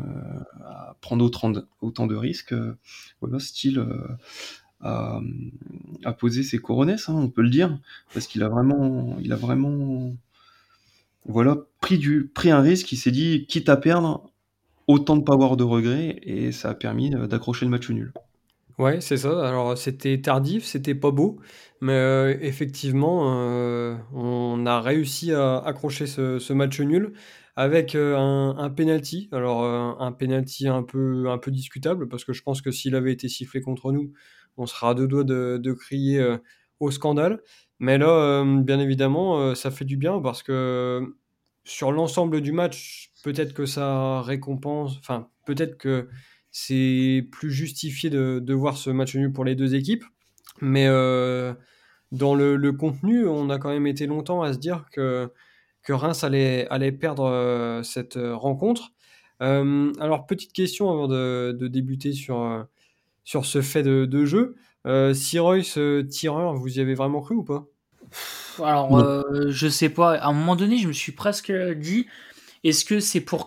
à prendre autant de risques. Voilà, style à, à poser ses couronnesses, on peut le dire, parce il a vraiment, voilà, pris un risque. Il s'est dit, quitte à perdre, autant ne pas avoir de regrets, et ça a permis d'accrocher le match nul. Ouais, c'est ça. Alors, c'était tardif, c'était pas beau, mais effectivement, on a réussi à accrocher ce match nul avec un penalty. Alors, un penalty un peu discutable, parce que je pense que s'il avait été sifflé contre nous, on serait à deux doigts de crier au scandale. Mais là, bien évidemment, ça fait du bien parce que sur l'ensemble du match, peut-être que ça récompense, enfin, peut-être que c'est plus justifié de voir ce match nul pour les deux équipes. Mais dans le contenu, on a quand même été longtemps à se dire que Reims allait perdre cette rencontre. Alors, petite question avant de débuter sur ce fait de jeu. Sirois, tireur, vous y avez vraiment cru ou pas? Alors, Non. je sais pas. À un moment donné, je me suis presque dit, est-ce que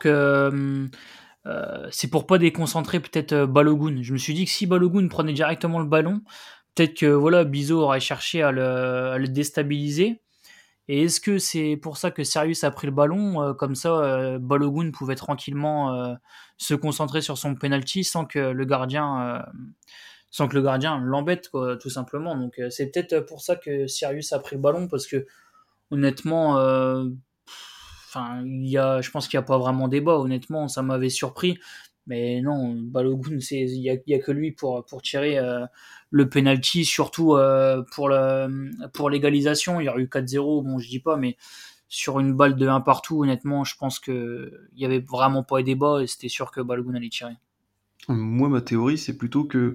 c'est pour pas déconcentrer peut-être Balogun. Je me suis dit que si Balogun prenait directement le ballon, peut-être que voilà, Bizot aurait cherché à le déstabiliser. Et est-ce que c'est pour ça que Sirius a pris le ballon comme ça, Balogun pouvait tranquillement se concentrer sur son penalty sans que le gardien l'embête, quoi, tout simplement. Donc c'est peut-être pour ça que Sirius a pris le ballon, parce que honnêtement, enfin, je pense qu'il n'y a pas vraiment débat, honnêtement, ça m'avait surpris. Mais non, Balogun, il y a que lui pour tirer le penalty, surtout pour l'égalisation. Il y aurait eu 4-0, bon, je dis pas, mais sur une balle de 1 partout, honnêtement, je pense que il y avait vraiment pas de débat et c'était sûr que Balogun allait tirer. Moi, ma théorie, c'est plutôt que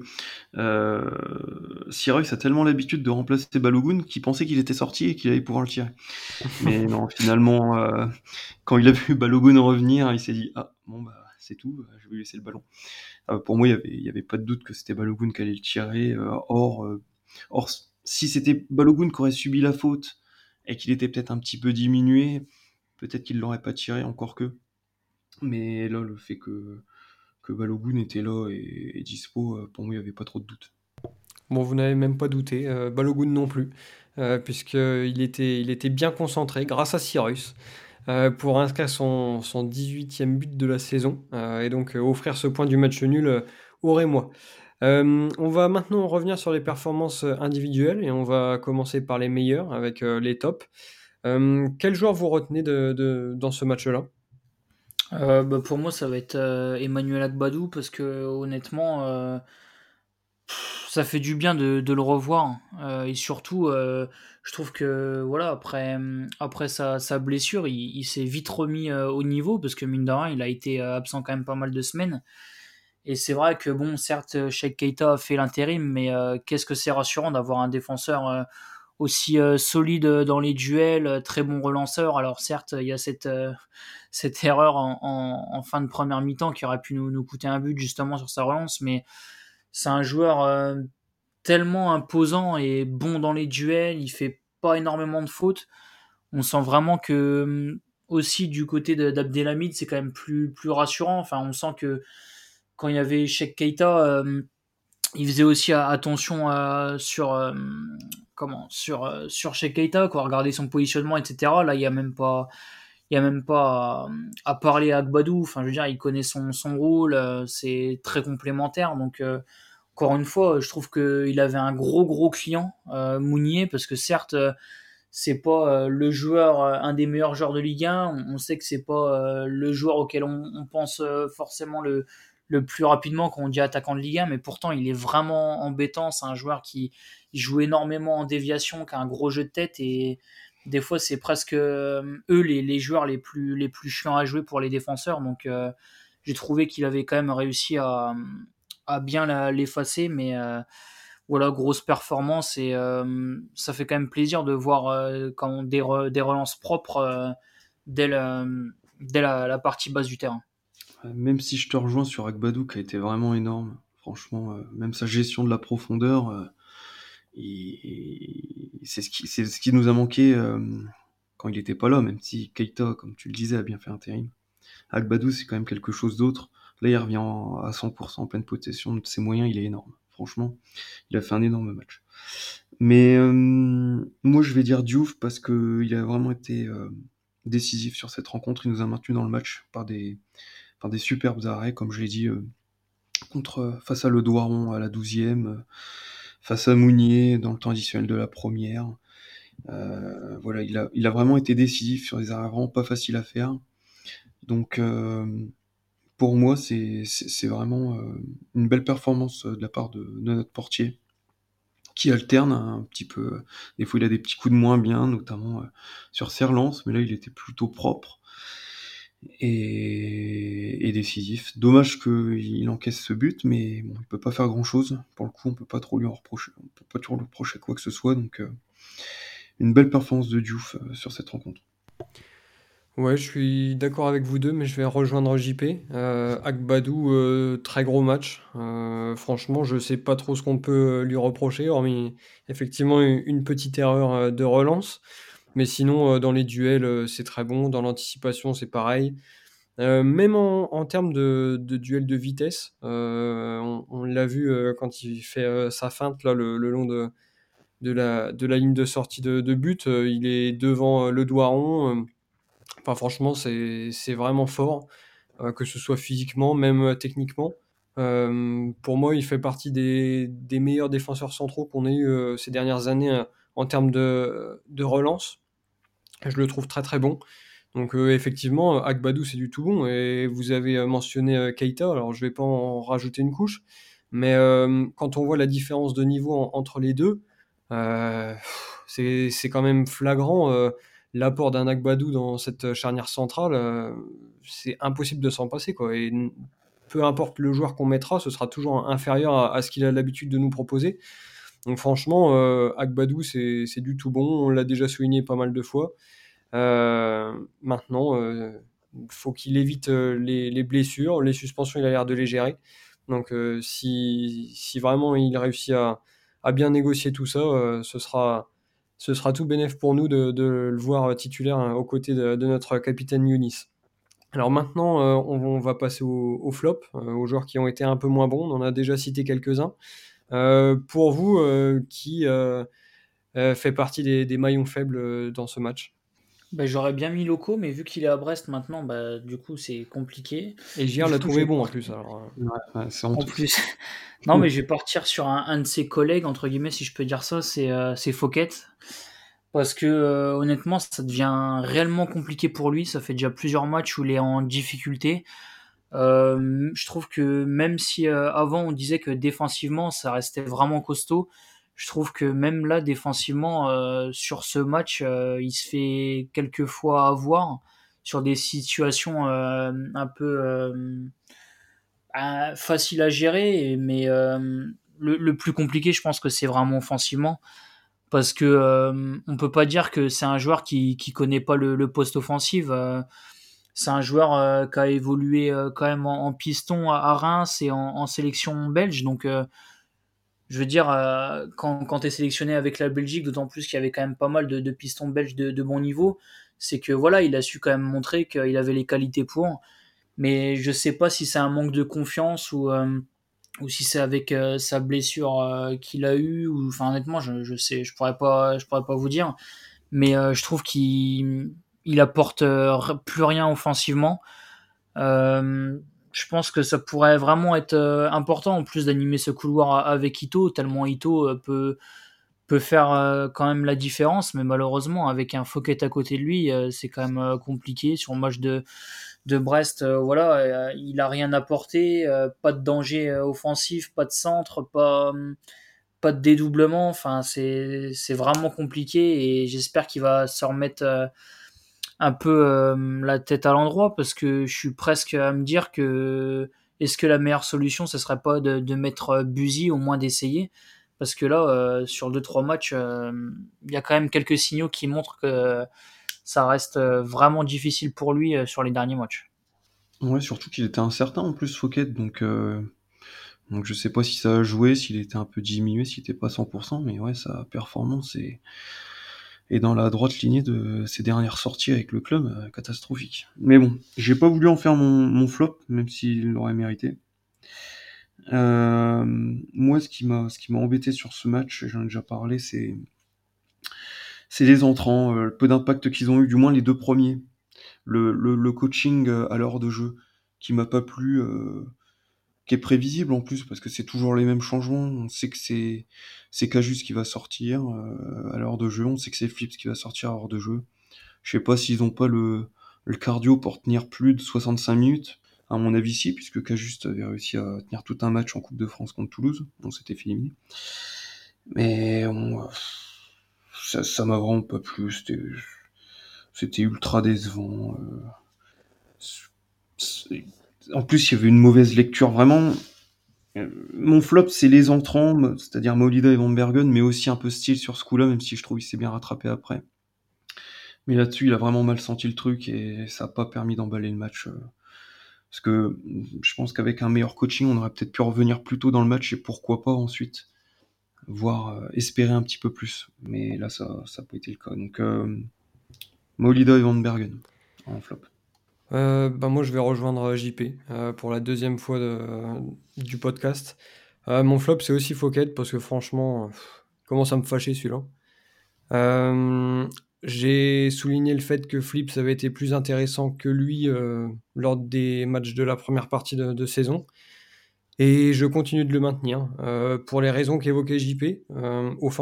Sirius a tellement l'habitude de remplacer Balogun qu'il pensait qu'il était sorti et qu'il allait pouvoir le tirer. Mais non, finalement, quand il a vu Balogun revenir, il s'est dit ah bon bah c'est tout, je vais lui laisser le ballon. Pour moi, il y avait pas de doute que c'était Balogun qui allait le tirer. Or, si c'était Balogun qui aurait subi la faute et qu'il était peut-être un petit peu diminué, peut-être qu'il l'aurait pas tiré, encore que. Mais là, le fait que Balogun était là et dispo, pour moi, il n'y avait pas trop de doute. Bon, vous n'avez même pas douté, Balogun non plus, puisqu'il était bien concentré grâce à Cyrus, pour inscrire son 18e but de la saison, et donc offrir ce point du match nul au Rémois. On va maintenant revenir sur les performances individuelles et on va commencer par les meilleurs avec les tops. Quel joueur vous retenez dans ce match-là? Pour moi, ça va être Emmanuel Agbadou parce que honnêtement, ça fait du bien de le revoir. Et surtout, je trouve que voilà, après sa blessure, il s'est vite remis au niveau parce que mine de rien, il a été absent quand même pas mal de semaines. Et c'est vrai que bon, certes, Sheikh Keita a fait l'intérim, mais qu'est-ce que c'est rassurant d'avoir un défenseur aussi solide dans les duels, très bon relanceur. Alors certes, il y a cette erreur en fin de première mi-temps qui aurait pu nous coûter un but justement sur sa relance, mais c'est un joueur tellement imposant et bon dans les duels, il fait pas énormément de fautes. On sent vraiment que aussi du côté d'Abdelhamid, c'est quand même plus rassurant. Enfin, on sent que quand il y avait Sheikh Keita, il faisait aussi attention sur Sheikh Keita, quoi, regarder son positionnement, etc. Là, il y a même pas à parler à Gbadou. Enfin, je veux dire, il connaît son rôle, c'est très complémentaire. Donc, encore une fois, je trouve qu'il avait un gros client, Mounier, parce que certes, c'est pas le joueur, un des meilleurs joueurs de Ligue 1. On sait que c'est pas le joueur auquel on pense forcément le plus rapidement quand on dit attaquant de Ligue 1, mais pourtant il est vraiment embêtant. C'est un joueur qui joue énormément en déviation, qui a un gros jeu de tête et des fois c'est presque eux les joueurs les plus chiants à jouer pour les défenseurs. Donc j'ai trouvé qu'il avait quand même réussi à bien l'effacer, mais voilà, grosse performance et ça fait quand même plaisir de voir quand des relances propres dès la partie basse du terrain. Même si je te rejoins sur Agbadou qui a été vraiment énorme, franchement, même sa gestion de la profondeur, c'est ce qui nous a manqué quand il était pas là, même si Keita, comme tu le disais, a bien fait intérim. Agbadou, c'est quand même quelque chose d'autre. Là, il revient à 100% en pleine possession de ses moyens, il est énorme. Franchement, il a fait un énorme match. Mais moi, je vais dire Diouf parce qu'il a vraiment été décisif sur cette rencontre. Il nous a maintenus dans le match par des superbes arrêts, comme je l'ai dit, face à Le Doiron à la 12e, face à Mounier dans le temps additionnel de la première. Voilà, il a vraiment été décisif sur des arrêts vraiment pas faciles à faire. Donc, pour moi, c'est vraiment une belle performance de la part de notre portier, qui alterne un petit peu. Des fois, il a des petits coups de moins bien, notamment sur ses relances, mais là, il était plutôt propre et décisif. Dommage qu'il encaisse ce but, mais bon, il peut pas faire grand-chose. Pour le coup, on peut pas trop lui en reprocher. On peut pas trop lui reprocher quoi que ce soit, donc une belle performance de Diouf sur cette rencontre. Ouais, je suis d'accord avec vous deux, mais je vais rejoindre JP. Agbadou, très gros match. Franchement, je sais pas trop ce qu'on peut lui reprocher, hormis effectivement une petite erreur de relance. Mais sinon, dans les duels, c'est très bon. Dans l'anticipation, c'est pareil. Même en termes de duel de vitesse, on l'a vu quand il fait sa feinte là, le long de la ligne de sortie de but. Il est devant Le Doiron. Enfin, franchement, c'est vraiment fort, que ce soit physiquement, même techniquement. Pour moi, il fait partie des meilleurs défenseurs centraux qu'on ait eu ces dernières années en termes de relance. Je le trouve très très bon. Donc effectivement, Agbadou, c'est du tout bon et vous avez, mentionné, Keita, alors je vais pas en rajouter une couche, mais quand on voit la différence de niveau entre les 2, heu, c'est quand même flagrant, l'apport d'un Agbadou dans cette charnière centrale, c'est impossible de s'en passer, quoi et peu importe le joueur qu'on mettra, ce sera toujours inférieur à ce qu'il a l'habitude de nous proposer. Donc franchement, Agbadou, c'est du tout bon, on l'a déjà souligné pas mal de fois. Maintenant, faut qu'il évite, les blessures. Les suspensions, il a l'air de les gérer. Donc, si vraiment il réussit à bien négocier tout ça, ce sera tout bénef pour nous de le voir, titulaire, aux côtés de notre capitaine Younis. Alors maintenant, on va passer au flop, aux joueurs qui ont été un peu moins bons. On en a déjà cité quelques-uns. Pour vous, qui, fait partie des maillons faibles, dans ce match? Bah, j'aurais bien mis Loco, mais vu qu'il est à Brest maintenant, bah, du coup, c'est compliqué. Et JR Du l'a coup, je trouvé vais bon en partir plus alors, Ouais, ouais, c'est en honteux. plus. Non, mais je vais partir sur un de ses collègues, entre guillemets, si je peux dire ça, c'est Fouquet. Parce que honnêtement, ça devient réellement compliqué pour lui. Ça fait déjà plusieurs matchs où il est en difficulté. Je trouve que même si avant on disait que défensivement ça restait vraiment costaud, je trouve que même là défensivement sur ce match il se fait quelquefois avoir sur des situations un peu faciles à gérer, mais le plus compliqué je pense que c'est vraiment offensivement parce que on peut pas dire que c'est un joueur qui connaît pas le poste offensif. C'est un joueur qui a évolué quand même en piston à Reims et en sélection belge. Donc, je veux dire, quand tu es sélectionné avec la Belgique, d'autant plus qu'il y avait quand même pas mal de pistons belges de bon niveau, c'est que voilà, il a su quand même montrer qu'il avait les qualités pour. Mais je sais pas si c'est un manque de confiance ou si c'est avec sa blessure qu'il a eue. Ou, enfin, honnêtement, je sais, je pourrais pas vous dire. Mais je trouve qu'il apporte plus rien offensivement. Euh, je pense que ça pourrait vraiment être important en plus d'animer ce couloir avec Ito, tellement Ito peut faire quand même la différence, mais malheureusement avec un Fouquet à côté de lui, c'est quand même compliqué. Sur le match de Brest, voilà, il a rien apporté, pas de danger offensif, pas de centre, pas de dédoublement, enfin c'est vraiment compliqué et j'espère qu'il va se remettre un peu la tête à l'endroit parce que je suis presque à me dire que est-ce que la meilleure solution ce serait pas de mettre Buzy au moins d'essayer parce que là sur 2-3 matchs il y a quand même quelques signaux qui montrent que ça reste vraiment difficile pour lui sur les derniers matchs. Ouais, surtout qu'il était incertain en plus, Fouquet, donc je sais pas si ça a joué, s'il était un peu diminué, s'il était pas 100%, mais ouais, sa performance est dans la droite lignée de ses dernières sorties avec le club, catastrophique. Mais bon, j'ai pas voulu en faire mon flop, même s'il l'aurait mérité. Moi, ce qui m'a embêté sur ce match, j'en ai déjà parlé, c'est les entrants, le peu d'impact qu'ils ont eu, du moins les deux premiers. Le coaching à l'heure de jeu, qui m'a pas plu, qui est prévisible en plus, parce que c'est toujours les mêmes changements. On sait que c'est Kajus qui va sortir à l'heure de jeu, on sait que c'est Flips qui va sortir à l'heure de jeu. Je sais pas s'ils ont pas le cardio pour tenir plus de 65 minutes. À mon avis, si, puisque Kajus avait réussi à tenir tout un match en Coupe de France contre Toulouse. On s'était fait éliminer. Mais ça m'a vraiment pas plu. C'était ultra décevant. En plus, il y avait une mauvaise lecture. Vraiment, mon flop, c'est les entrants, c'est-à-dire Maolida et Van Bergen, mais aussi un peu style sur ce coup-là, même si je trouve qu'il s'est bien rattrapé après. Mais là-dessus, il a vraiment mal senti le truc et ça n'a pas permis d'emballer le match. Parce que je pense qu'avec un meilleur coaching, on aurait peut-être pu revenir plus tôt dans le match et pourquoi pas ensuite, voire espérer un petit peu plus. Mais là, ça n'a pas été le cas. Donc, Maolida et Van Bergen en flop. Bah, moi, je vais rejoindre JP pour la deuxième fois du podcast. Mon flop, c'est aussi Fouquet parce que franchement, il commence à me fâcher celui-là. J'ai souligné le fait que Flips avait été plus intéressant que lui lors des matchs de la première partie de saison. Et je continue de le maintenir pour les raisons qu'évoquait JP.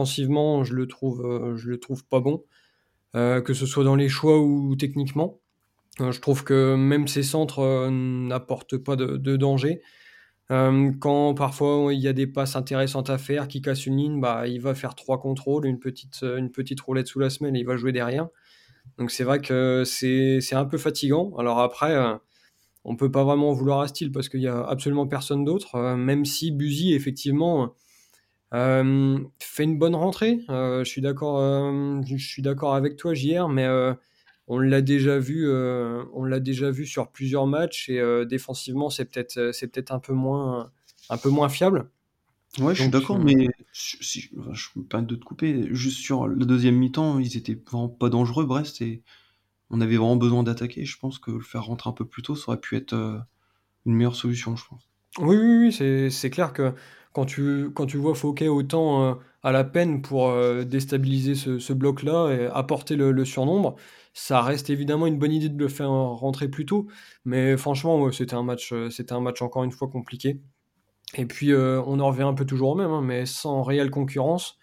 Offensivement, je le trouve pas bon, que ce soit dans les choix ou techniquement. Je trouve que même ses centres n'apportent pas de danger. Quand parfois il y a des passes intéressantes à faire, qui cassent une ligne, bah, il va faire 3 contrôles, une petite roulette sous la semelle et il va jouer derrière. Donc c'est vrai que c'est un peu fatigant. Alors après, on peut pas vraiment en vouloir à Steele parce qu'il y a absolument personne d'autre, même si Buzy effectivement, fait une bonne rentrée. Je suis d'accord avec toi JR, mais on l'a déjà vu sur plusieurs matchs et défensivement c'est peut-être un peu moins fiable. Ouais, je suis Donc d'accord, mais enfin, je me permets de te couper. Juste sur le deuxième mi-temps, ils étaient vraiment pas dangereux, Brest, et on avait vraiment besoin d'attaquer. Je pense que le faire rentrer un peu plus tôt, ça aurait pu être une meilleure solution, je pense. oui, oui, oui, c'est clair que quand tu vois Fouquet autant à la peine pour déstabiliser ce bloc-là et apporter le surnombre, ça reste évidemment une bonne idée de le faire rentrer plus tôt. Mais franchement, ouais, c'était un match encore une fois compliqué. Et puis on en revient un peu toujours au même, hein, mais sans réelle concurrence,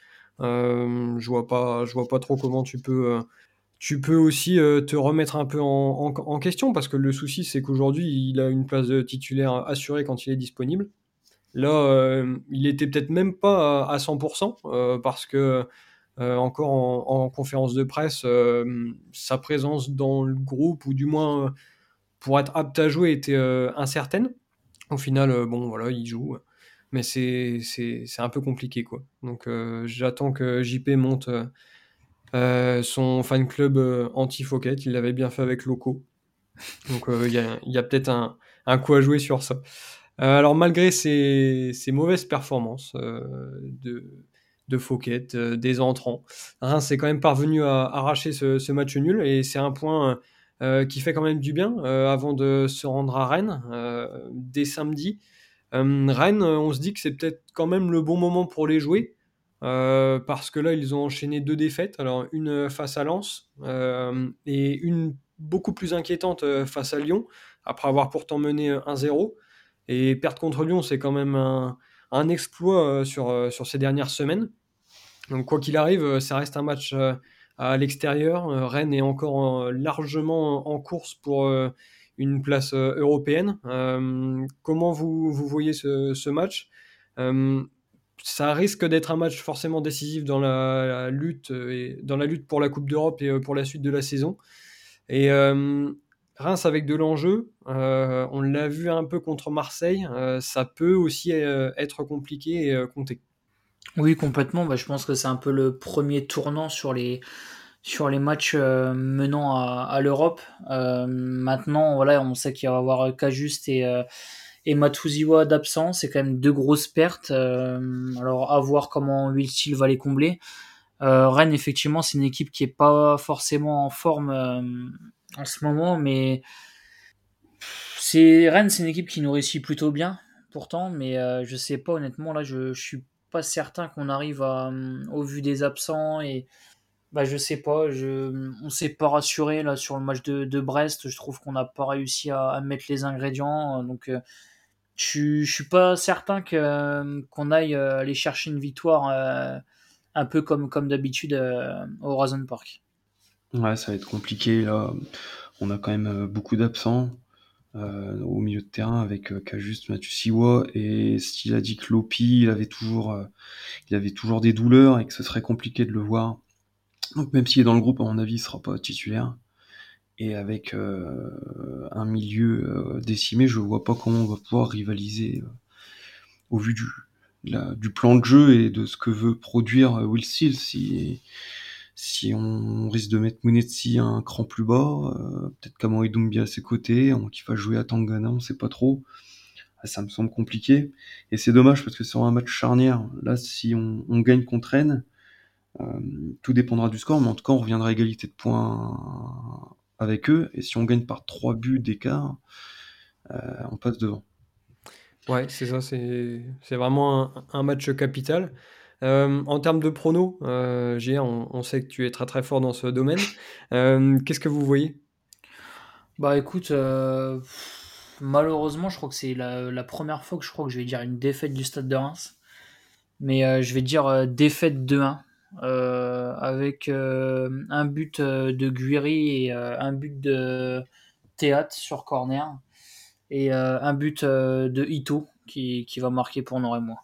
je vois pas trop comment tu peux aussi te remettre un peu en question parce que le souci c'est qu'aujourd'hui il a une place de titulaire assurée quand il est disponible. Là, il était peut-être même pas à 100%, parce que, encore en conférence de presse, sa présence dans le groupe ou du moins, pour être apte à jouer était, incertaine. Au final, bon voilà, il joue, mais c'est un peu compliqué, quoi. Donc j'attends que JP monte, son fan club, anti-Fouquet. Il l'avait bien fait avec Loco. Donc il y a peut-être un coup à jouer sur ça. Alors malgré ces mauvaises performances de Fouquet, des entrants, Reims est quand même parvenu à arracher ce match nul et c'est un point qui fait quand même du bien avant de se rendre à Rennes dès samedi. Rennes, on se dit que c'est peut-être quand même le bon moment pour les jouer parce que là ils ont enchaîné deux défaites, alors une face à Lens et une beaucoup plus inquiétante face à Lyon, après avoir pourtant mené 1-0. Et perdre contre Lyon, c'est quand même un exploit sur ces dernières semaines. Donc quoi qu'il arrive, ça reste un match à l'extérieur. Rennes est encore largement en course pour une place européenne. Comment vous voyez ce match? Euh, Ça risque d'être un match forcément décisif dans la lutte et dans la lutte pour la Coupe d'Europe et pour la suite de la saison. Et Reims avec de l'enjeu, on l'a vu un peu contre Marseille, ça peut aussi être compliqué et compter. Oui, complètement. Bah, je pense que c'est un peu le premier tournant sur les matchs menant à l'Europe. Maintenant, voilà, on sait qu'il va y avoir Cajuste et Matuziwa d'absence. C'est quand même deux grosses pertes. Alors, à voir comment Will Steele va les combler. Rennes, effectivement, c'est une équipe qui est pas forcément en forme en ce moment, mais Rennes, c'est une équipe qui nous réussit plutôt bien, pourtant, mais je sais pas, honnêtement, là, je suis pas certain qu'on arrive au vu des absents et bah, je sais pas, on s'est pas rassuré là sur le match de Brest. Je trouve qu'on n'a pas réussi à mettre les ingrédients, donc je suis pas certain qu'on aille aller chercher une victoire un peu comme d'habitude au Horizon Park. Ouais, ça va être compliqué là. On a quand même beaucoup d'absents au milieu de terrain avec Cajuste, Mathieu Siwa, et s'il a dit que Lopi, il avait toujours des douleurs et que ce serait compliqué de le voir. Donc même s'il est dans le groupe, à mon avis, il sera pas titulaire. Et avec un milieu décimé, je vois pas comment on va pouvoir rivaliser au vu du plan de jeu et de ce que veut produire Will Steele. Si on risque de mettre Mounetsi un cran plus bas, peut-être qu'Amori Doumbia à ses côtés, qu'il va jouer à Tangana, on sait pas trop. Ah, ça me semble compliqué. Et c'est dommage parce que c'est un match charnière. Là, si on gagne contre Rennes, euh, tout dépendra du score, mais en tout cas, on reviendra à égalité de points avec eux. Et si on gagne par 3 buts d'écart, on passe devant. Ouais, c'est ça, c'est vraiment un match capital. En termes de pronos, GR, on sait que tu es très très fort dans ce domaine. Qu'est-ce que vous voyez? Bah écoute, malheureusement, je crois que c'est la première fois que je crois que je vais dire une défaite du Stade de Reims. Mais je vais dire défaite 2-1 avec un but de Guiri et un but Théâtre sur corner et un but de Ito qui va marquer pour Norémois.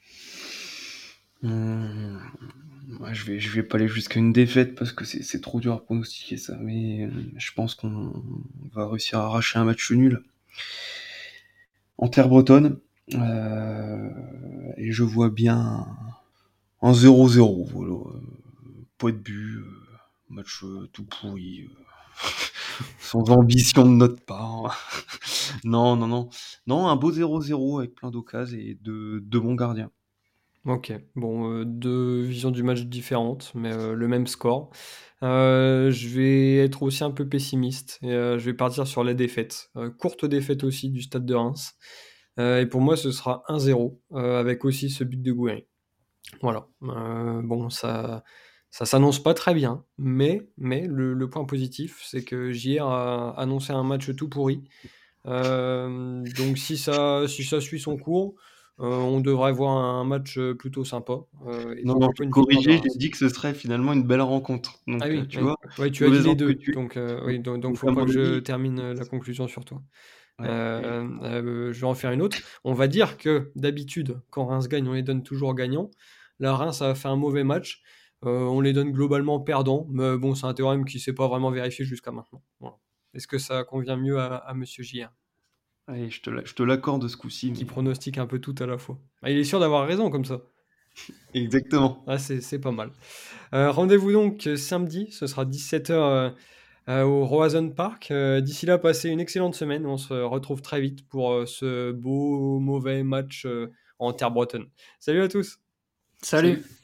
Ouais, je vais pas aller jusqu'à une défaite parce que c'est trop dur à pronostiquer ça, mais je pense qu'on va réussir à arracher un match nul en terre bretonne. Et je vois bien un 0-0. Voilà. Pas de but, match tout pourri, sans ambition de notre part. Non, non, non. Non, un beau 0-0 avec plein d'occasions et de bons gardiens. Ok, bon, deux visions du match différentes, mais le même score. Je vais être aussi un peu pessimiste et je vais partir sur la défaite. Courte défaite aussi du Stade de Reims. Et pour moi, ce sera 1-0 avec aussi ce but de Gouiri. Voilà. Bon, ça s'annonce pas très bien, mais le point positif, c'est que JR a annoncé un match tout pourri. Donc si ça suit son cours, on devrait voir un match plutôt sympa. Et Non, non, pourquoi je pas t'ai une victoire de corrigé, j'ai Reims. dit que ce serait finalement une belle rencontre. Ah Donc, oui, tu oui, vois, ouais, tu as dit mauvais les angle que deux, tu. donc oui, donc Donc, faut à pas mon que je avis, termine la conclusion sur toi. ouais. Je vais en faire une autre. On va dire que d'habitude, quand Reims gagne, on les donne toujours gagnants. Là, Reims a fait un mauvais match. On les donne globalement perdants, mais bon, c'est un théorème qui ne s'est pas vraiment vérifié jusqu'à maintenant. Voilà. Est-ce que ça convient mieux à Monsieur JR, Allez, je te l'accorde ce coup-ci, qui mais pronostique un peu tout à la fois? Ah, il est sûr d'avoir raison comme ça. exactement. Ah, c'est pas mal. Rendez-vous donc samedi, ce sera 17h au Roazhon Park. D'ici là, passez une excellente semaine. On se retrouve très vite pour ce beau, mauvais match en terre bretonne. Salut à tous! Salut.